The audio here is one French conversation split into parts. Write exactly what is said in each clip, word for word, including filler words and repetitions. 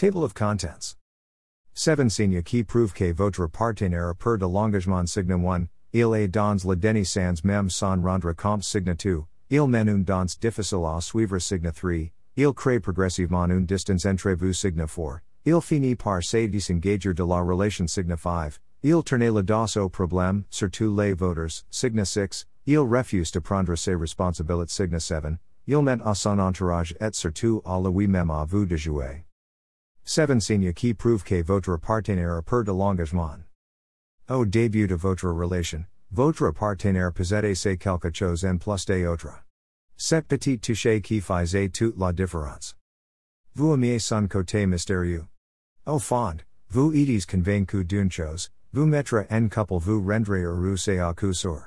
Table of contents. seven Signa qui prouve que votre partenaire per de l'engagement signa one, il est dans la deni sans même s'en rendre compte signa two, il mène une danse difficile à suivre signa three, il crée progressivement une distance entre vous signa four, il finit par se disengager de la relation signa five, il tourne le dos au problème, surtout les voters, signa six, il refuse de prendre ses responsabilités signa seven, il ment à son entourage et surtout à lui-même à vous de jouer. seven Signa qui prouve que votre partenaire per de l'engagement. Au début de votre relation, votre partenaire possède c'est quelque chose en plus d'autre. Cette petite touche qui fait toute la différence. Vous aimez son côté mystérieux. Au fond, vous êtes convaincu d'une chose, vous mettre en couple vous rendrez heureux c'est à coup sûr.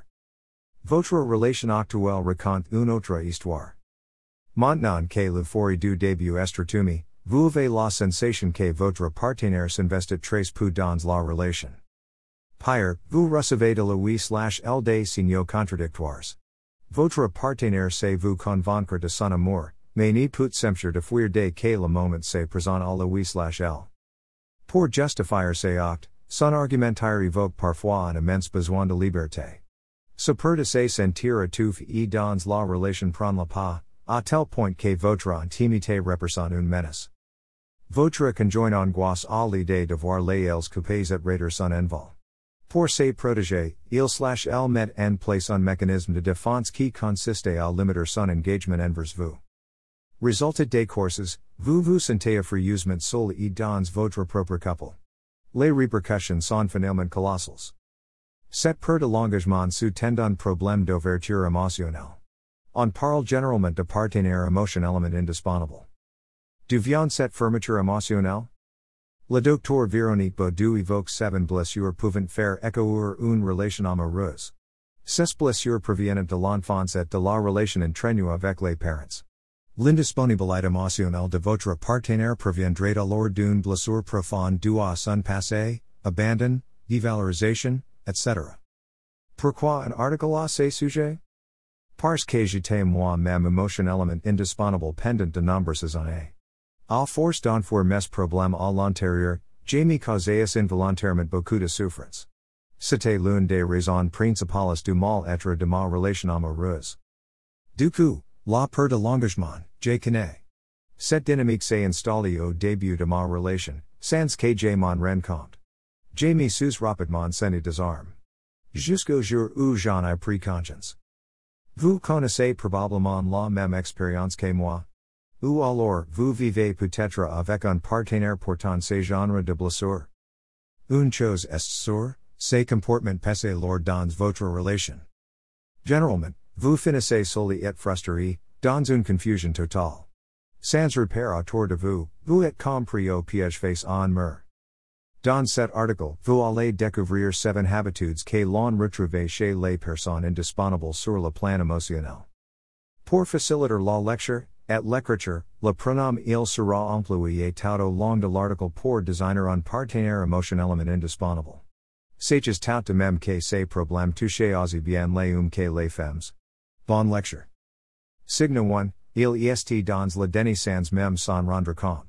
Votre relation actuelle raconte une autre histoire. Maintenant que le fori du début est retourné, vous avez la sensation que votre partenaire s'investit très peu dans la relation. Pire, vous recevez de lui slash l des signaux contradictoires. Votre partenaire sait vous convaincre de son amour, mais ne peut s'empêcher de fuir dès que le moment se présente à lui slash l. Pour justifier ses actes, son argumentaire évoque parfois un immense besoin de liberté. Ce peut de se sentir étouffé dans la relation prend le pas, à tel point que votre intimité représente une menace. Votre conjoint angoisse à l'idée de voir les els coupés et rater son envol. Pour se protéger, il slash elle met en place un mécanisme de défense qui consiste à limiter son engagement envers vous. Résultat des courses, vous vous sentez affreusement seul et dans votre propre couple. Les répercussions sont finalement colossales. Cette per de l'engagement sous-tend un problème d'ouverture émotionnelle. On parle généralement de partenaire émotion élément indispensable. Devient cette fermeture émotionnelle? Le docteur Véronique Baudou évoque seven blessures pouvant faire échouer une relation amoureuse. Ces blessures proviennent de l'enfance et de la relation entraînée avec les parents. L'indisponibilité émotionnelle de votre partenaire proviendrait alors d'une blessure profonde due à son passé, abandon, dévalorisation, et cetera. Pourquoi un article à ce sujet? Parce que j'étais moi-même émotionnellement indispensable pendant de nombreuses années. À force d'enfouir mes problèmes à l'intérieur, j'ai me causé involontairement beaucoup de souffrance. C'était l'une des raisons principales du mal-être de ma relation amoureuse. Du coup, la per de l'engagement, je connais. Cette dynamique s'est installée au début de ma relation, sans que je m'en rende compte. Je me suis rapidement senti désarmé. Jusqu'au jour où j'en ai pris conscience. Vous connaissez probablement la même expérience que moi. Ou alors, vous vivez peut-être avec un partenaire portant ces genres de blessures. Une chose est sûre, ces comportements pèsent lors dans votre relation. Généralement, vous finissez seul et frustré, dans une confusion totale. Sans repère autour de vous, vous êtes comme pris au piège face à un mur. Dans cet article, vous allez découvrir seven habitudes que l'on retrouve chez les personnes indispensables sur le plan émotionnel. Pour faciliter la lecture, et l'écriture, le pronom il sera employé tout au long de l'article pour désigner un partenaire émotionnellement indispensable. C'est tout de même que ces problèmes touchent aussi bien les hommes que les femmes. Bonne lecture. Signa one, il est dans la deni sans même s'en rendre compte.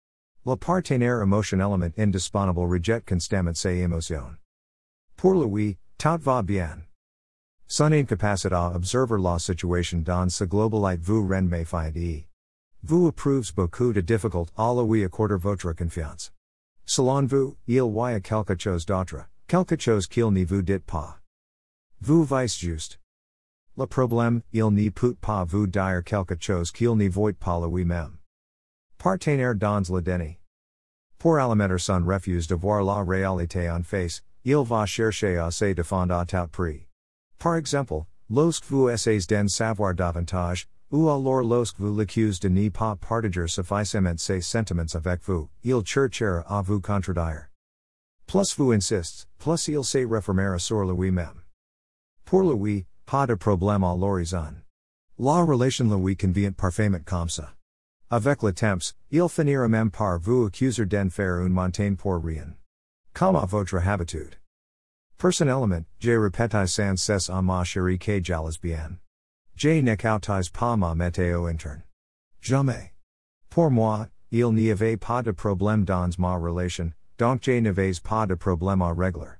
Le partenaire émotionnellement indispensable rejette constamment ses émotions. Pour lui, tout va bien. Son incapacité à observer la situation dans sa globalité vous rend méfiant et vous éprouves beaucoup de difficultés à lui accorder votre confiance. Selon vous, il y a quelque chose d'autre, quelque chose qu'il ne vous dit pas. Vous vice juste. Le problème, il ne peut pas vous dire quelque chose qu'il ne voit pas lui-même. Partenaire dans la deni. Pour alimenter son refus de voir la réalité en face, il va chercher à se défendre à tout prix. Par exemple, lorsque vous essayez d'en savoir davantage, ou alors lorsque vous l'accusez de ne pas partager suffisamment ses sentiments avec vous, il cherchera à vous contredire. Plus vous insistez, plus il se refermera sur lui-même. Pour lui, pas de problème à l'horizon. La relation lui convient parfaitement comme ça. Avec le temps, il finira même par vous accuser d'en faire une montagne pour rien. Comme à votre habitude. Personnellement, je répète sans cesse à ma chérie que j'allais bien. Je n'écoutise pas ma météo interne. Jamais. Pour moi, il n'y avait pas de problème dans ma relation, donc je n'avais pas de problème à régler.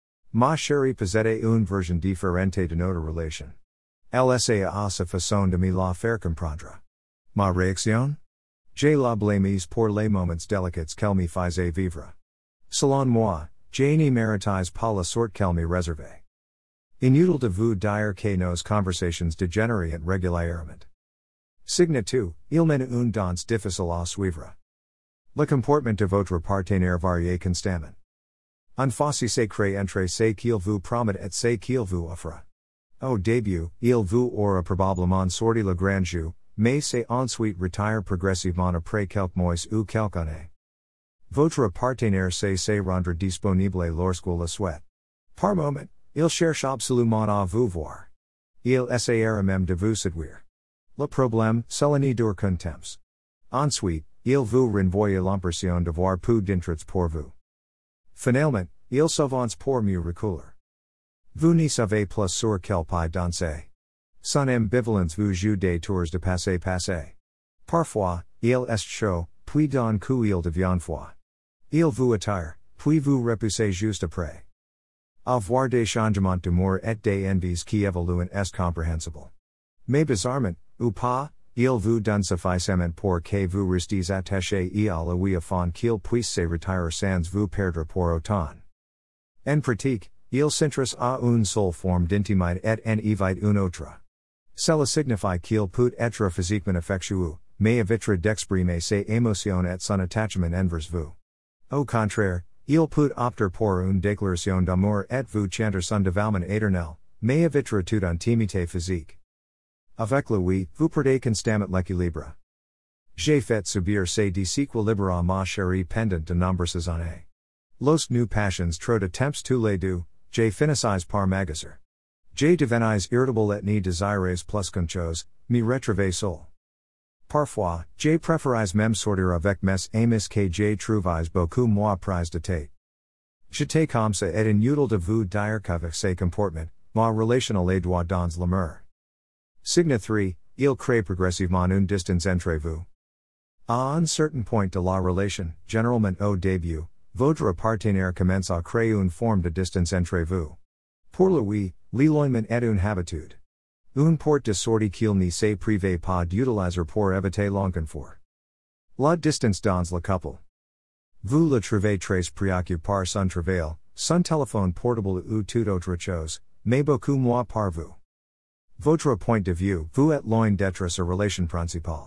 Ma chérie possédait une version différente de notre relation. Elle essaya à sa façon de me la faire comprendre. Ma réaction? Je la blâmise pour les moments délicats qu'elle me faisait vivre. Selon moi, je n'y méritais pas la sorte qu'elle me réservait. Inutile de vous dire que nos conversations dégénéraient régulièrement. Signe two, il mène une danse difficile à suivre. Le comportement de votre partenaire varie constamment. Un fossé se crée entre ce qu'il vous promet et ce qu'il vous offre. Au début, il vous aura probablement sorti le grand jeu, mais c'est ensuite retire progressivement après quelques mois ou quelques années. Votre partenaire sait se rendre disponible lorsqu'il le souhaite. Par moment, il cherche absolument à vous voir. Il essaiera même de vous séduire. Le problème, cela ne dure qu'un temps. Ensuite, il vous renvoie l'impression d'avoir peu d'intérêt pour vous. Finalement, il s'avance pour mieux reculer. Vous ne savez plus sur quel pied danser. Son ambivalence vous joue des tours de passe-passe. Parfois, il est chaud, puis d'un coup il devient froid. Il vous attire, puis vous repousse juste après. Avoir des changements d'humour et des envies qui évoluent est compréhensible. Mais bizarrement, ou pas, il vous donne suffisamment pour que vous restiez attaché et à lui afin qu'il puisse se retirer sans vous perdre pour autant. En pratique, il s'intéresse à une seule forme d'intimité et en évite une autre. Cela signifie qu'il peut être physiquement affectueux, mais évitera d'exprimer ses émotions et son attachement envers vous. Au contraire, il peut opter pour une déclaration d'amour et vous chanter son dévouement éternel, mais évitera toute intimité physique. Avec lui, vous perdez constamment l'équilibre. J'ai fait subir ces déséquilibres à ma chérie pendant de nombreuses années. Los nous passions trop de temps tous les deux, je finissais par m'agacer. Je devenais irritable et ne désirais plus qu'une chose, me retrouver seul. Parfois, je préférais même sortir avec mes amis que je trouvais beaucoup moins prise de tête. J'étais comme ça et inutile de vous dire qu'avec ces comportements, ma relation allait droit dans le mur. Signe three, il crée progressivement une distance entre vous. À un certain point de la relation, généralement au début, votre partenaire commence à créer une forme de distance entre vous. Pour lui, l'éloignement est une habitude. Une porte de sortie qu'il ne se prive pas d'utiliser pour éviter l'inconfort. La distance dans le couple. Vous le trouvez très préoccupé par son travail, son téléphone portable ou toute autre chose, mais beaucoup moins par vous. Votre point de vue, vous êtes loin d'être sa relation principale.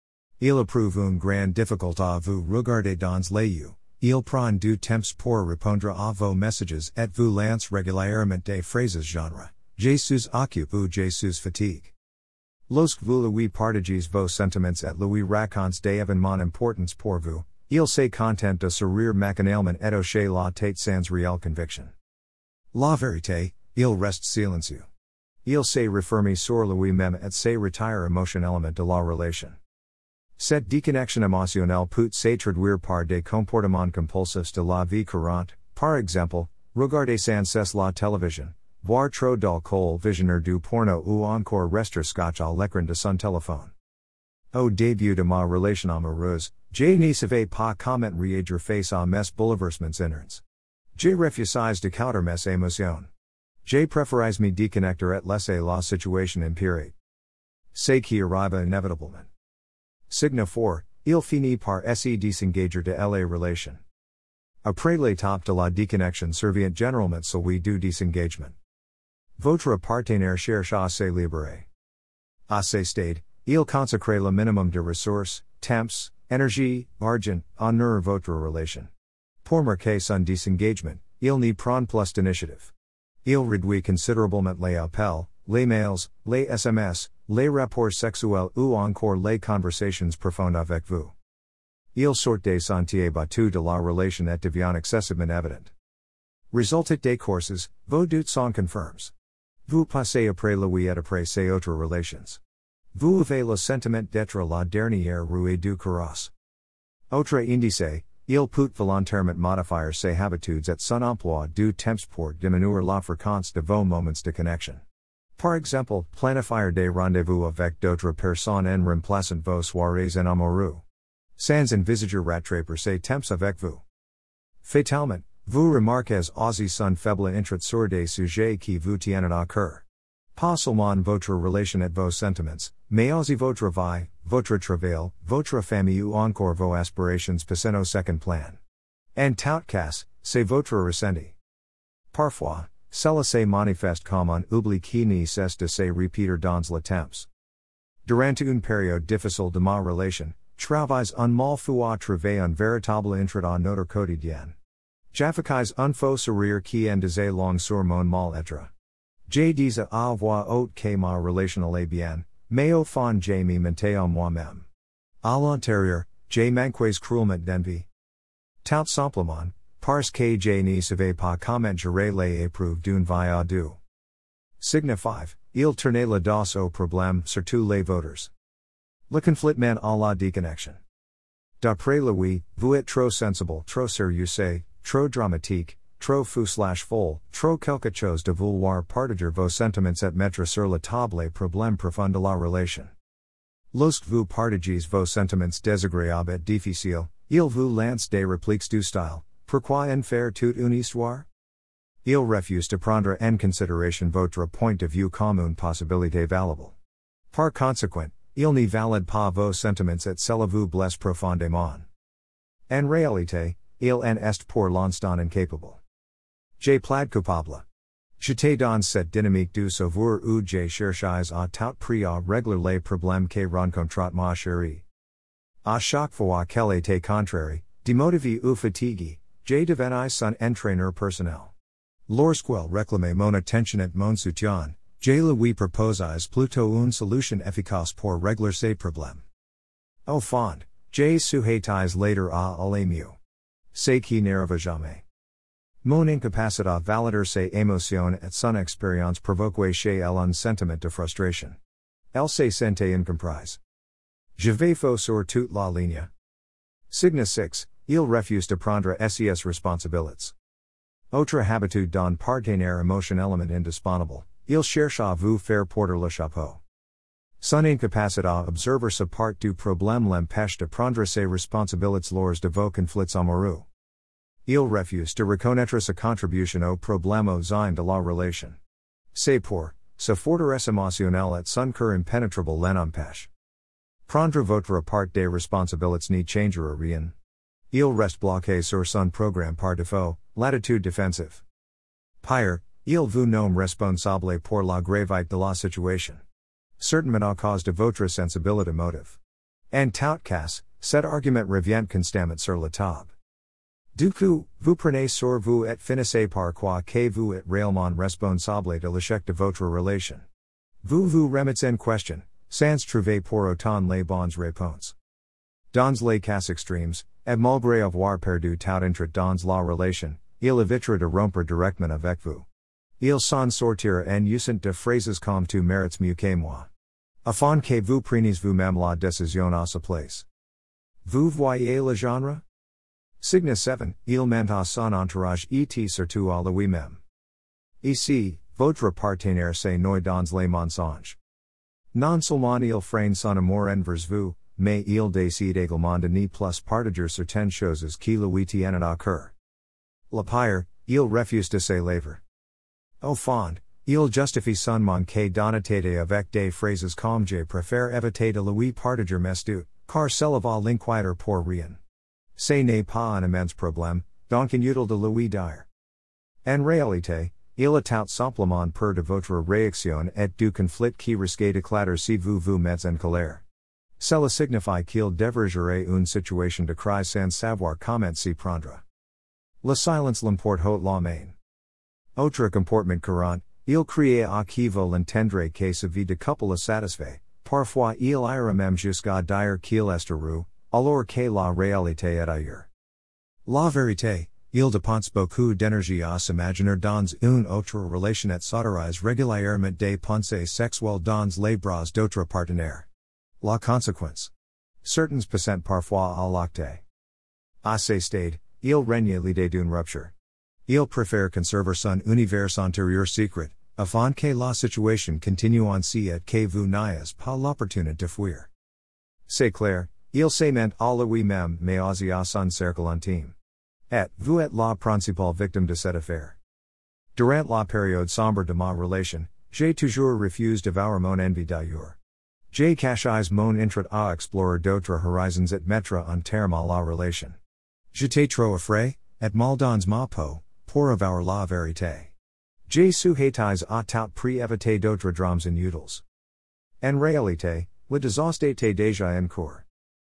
Il éprouve une grande difficulté à vous regarder dans les yeux, il prend du temps pour répondre à vos messages et vous lance régulièrement des phrases genre, je suis occupé ou je suis fatigué. Lorsque vous lui partagez vos sentiments et lui racontes des événements importants pour vous, il se contente de sourire machinalement et hocher la tête sans réelle conviction. La vérité, il reste silencieux. Il se referme sur lui-même et se retire émotionnellement de la relation. Cette déconnexion émotionnelle peut se traduire par des comportements compulsifs de la vie courante, par exemple, regarder sans cesse la télévision, boire trop d'alcool, visionner du porno ou encore rester scotché à l'écran de son téléphone. Au début de ma relation amoureuse, je ne savais pas comment réagir face à mes bouleversements internes. Je refusais de counter mes émotions. Je préférais me déconnecter et laisser la situation empirer. Ce qui arriva inévitablement. Signe four, il finit par se désengager de la relation. Après l'étape de la déconnexion survient généralement celui du désengagement. Votre partenaire cherche à se libérer. À ce stade, il consacre le minimum de ressources, temps, énergie, argent, à nourrir votre relation. Pour marquer son désengagement, il n'y prend plus d'initiative. Il réduit considérablement les appels, les mails, les S M S, les rapports sexuels ou encore les conversations profondes avec vous. Il sort des sentiers battus de la relation et devient excessivement évident. Résultat des courses, vos doutes sont confirmes. Vous passez après lui et après ces autres relations. Vous avez le sentiment d'être la dernière rouée du carrosse. Autre indice, il peut volontairement modifier ses habitudes et son emploi du temps pour diminuer la fréquence de vos moments de connexion. Par exemple, planifier des rendez-vous avec d'autres personnes en remplaçant vos soirées en amoureux. Sans envisager rattraper se temps avec vous. Fatalement, vous remarquez aussi son faible intérêt sur des sujets qui vous tiennent à cœur. Pas seulement votre relation et vos sentiments, mais aussi votre vie, votre travail, votre famille ou encore vos aspirations passent au second plan. En tout cas, c'est votre ressenti. Parfois, cela se manifeste comme un oubli qui ne cesse de se répéter dans le temps. Durant une période difficile de ma relation, travaillez un mal fou à trouver un véritable intérêt à notre quotidien. J'affiche un faux sourire qui en disait long sur mon mal-être. J'ai dis à voix haute que ma relation allait bien, mais au fond j'ai me mentais à moi-même. À l'intérieur, j'ai manqué cruellement d'envie. Tout simplement, parce que je ne savais pas comment gérer les épreuves d'une vie à deux. Signe five, il tournait le dos au problème, surtout les voters. Le conflit mène à la déconnexion. D'après Louis, vous êtes trop sensible, trop sérieux, trop dramatique, trop fou slash folle, trop quelque chose de vouloir partager vos sentiments et mettre sur la table les problèmes profonds de la relation. Lorsque vous partagez vos sentiments désagréables et difficiles, il vous lance des répliques du style, pourquoi en faire toute une histoire? Il refuse de prendre en considération votre point de vue comme une possibilité valable. Par conséquent, il ne valide pas vos sentiments et cela vous blesse profondément. En réalité, il en est pour l'instant incapable. J'ai plaid coupable. J'étais dans cette dynamique du savoir où j'ai cherché à tout prix à régler les problèmes que rencontrat ma chérie. À chaque fois qu'elle était contraire, démotivée ou fatiguée, j'ai devenu son entraîneur personnel. Lorsqu'elle réclamait mon attention et mon soutien, je lui proposais plutôt une solution efficace pour régler ses problèmes. Au fond, j'ai souhaité later à aller mieux. Ce qui n'arriva jamais. Mon incapacité à valider ses émotions et son expérience provoquait chez elle un sentiment de frustration. Elle se sentait incomprise. Je vais faux sur toute la ligne. Signe six, il refuse de prendre ses responsabilités. Autre habitude d'un partenaire émotionnellement indisponible, il cherche à vous faire porter le chapeau. Son incapacité à observer sa part du problème l'empêche de prendre ses responsabilités lors de vos conflits amoureux. Il refuse de reconnaître sa contribution au problème au sein de la relation. C'est pour, sa forteresse émotionnelle et son cœur impénétrable l'en empêche. Prendre votre part des responsabilités ne changera rien. Il reste bloqué sur son programme par défaut, l'attitude défensive. Pire, il vous nomme responsable pour la gravité de la situation. Certainement à cause de votre sensibilité motive. En tout cas, cet argument revient constamment sur la table. Du coup, vous prenez sur vous et finissez par croire que vous êtes réellement responsable de l'échec de votre relation. Vous vous remettez en question, sans trouver pour autant les bonnes réponses. Dans les cas extremes, et malgré avoir perdu tout intérêt dans la relation, il évitera de rompre directement avec vous. Il s'en sortira en usant de phrases comme tu mérites mieux que moi. Afin que vous preniez vous-même la décision à sa place. Vous voyez le genre? Signe seven, il ment à son entourage et surtout à lui-même. Ici, votre partenaire se noie dans les mensonges. Non seulement il freine son amour envers vous, mais il décide également de ne plus partager certaines choses qui lui tiennent à cœur. Le pire, il refuse de se lever. Au fond, il justifie son manque d'honnêteté avec des phrases comme je préfère éviter de lui partager mes doutes, car cela va l'inquiéter pour rien. Ce n'est pas un immense problème, donc inutile de lui dire. En réalité, il est tout simplement peur de votre réaction et du conflit qui risque d'éclater si vous vous mettez en colère. Cela signifie qu'il devrait gérer une situation de crise sans savoir comment s'y prendre. Le silence l'emporte haut la main. Autre comportement courant, il crie à qui veut l'entendre que sa vie de couple est satisfait, parfois il ira même jusqu'à dire qu'il est heureux, alors que la réalité est ailleurs. La vérité, il dépense beaucoup d'énergie à s'imaginer dans une autre relation et s'autorise régulièrement des pensées sexuelles dans les bras d'autres partenaires. La conséquence. Certains passent parfois à l'acte. À ce stade, il règne l'idée d'une rupture. Il préfère conserver son univers intérieur secret, afin que la situation continue ainsi et que vous n'ayez pas l'opportunité de fuir. C'est clair, Il se ment à lui même mais aussi à son cercle intime. Et, vous êtes la principale victime de cette affaire. Durant la période sombre de ma relation, j'ai toujours refusé d'avoir mon envie d'ailleurs. J'ai caché mon intérêt à explorer d'autres horizons et mettre en terme à la relation. J'étais trop effrayé, et mal dans ma peau, pour avoir la vérité. J'ai souhaité à tout prix éviter d'autres drames inutiles. En réalité, le désastre était déjà en cours.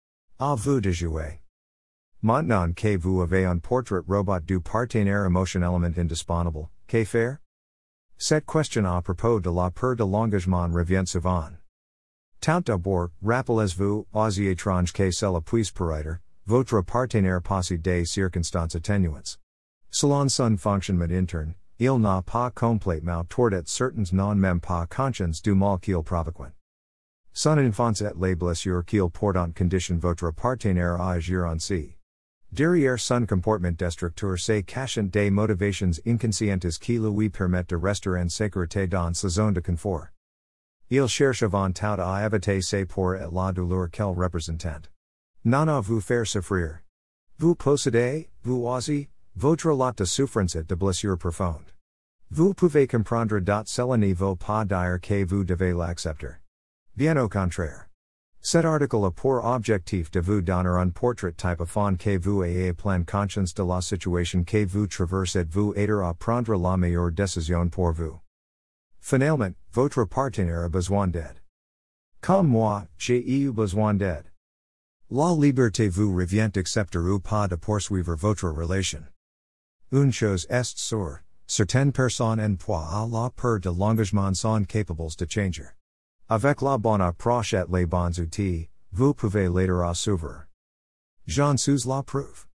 À vous de jouer. Maintenant que vous avez un portrait robot du partenaire émotionnellement indisponible, que faire? Cette question à propos de la peur de l'engagement revient souvent. Tout d'abord, rappelez-vous, aussi étrange que cela puisse paraître, votre partenaire possède des circonstances atténuantes. Selon son fonctionnement interne, il n'a pas complètement tort et certains non même pas conscience du mal qu'il provoque. Son enfance et les blessures qu'il porte en condition votre partenaire à agir ainsi. Derrière son comportement destructeur se cachent des motivations inconscientes qui lui permettent de rester en sécurité dans sa zone de confort. Il cherche avant tout à éviter ses peurs et la douleur qu'elle représente. Non à vous faire souffrir. Vous possédez, vous aussi, votre lot de souffrance et de blessures profondes. Vous pouvez comprendre dat cela ne vaut pas dire que vous devez l'accepter. Bien au contraire. Cet article a pour objectif de vous donner un portrait type afin que vous ayez pleine conscience de la situation que vous traversez et vous aider à prendre la meilleure décision pour vous. Finalement, votre partenaire a besoin d'aide. Comme moi, j'ai eu besoin d'aide. La liberté vous revient d'accepter ou pas de poursuivre votre relation. Une chose est sûre, certaines personnes en proie à la peur de l'engagement sont capables de changer. Avec la bonne approche et les bons outils, vous pouvez l'aider à s'ouvrir. J'en suis la preuve.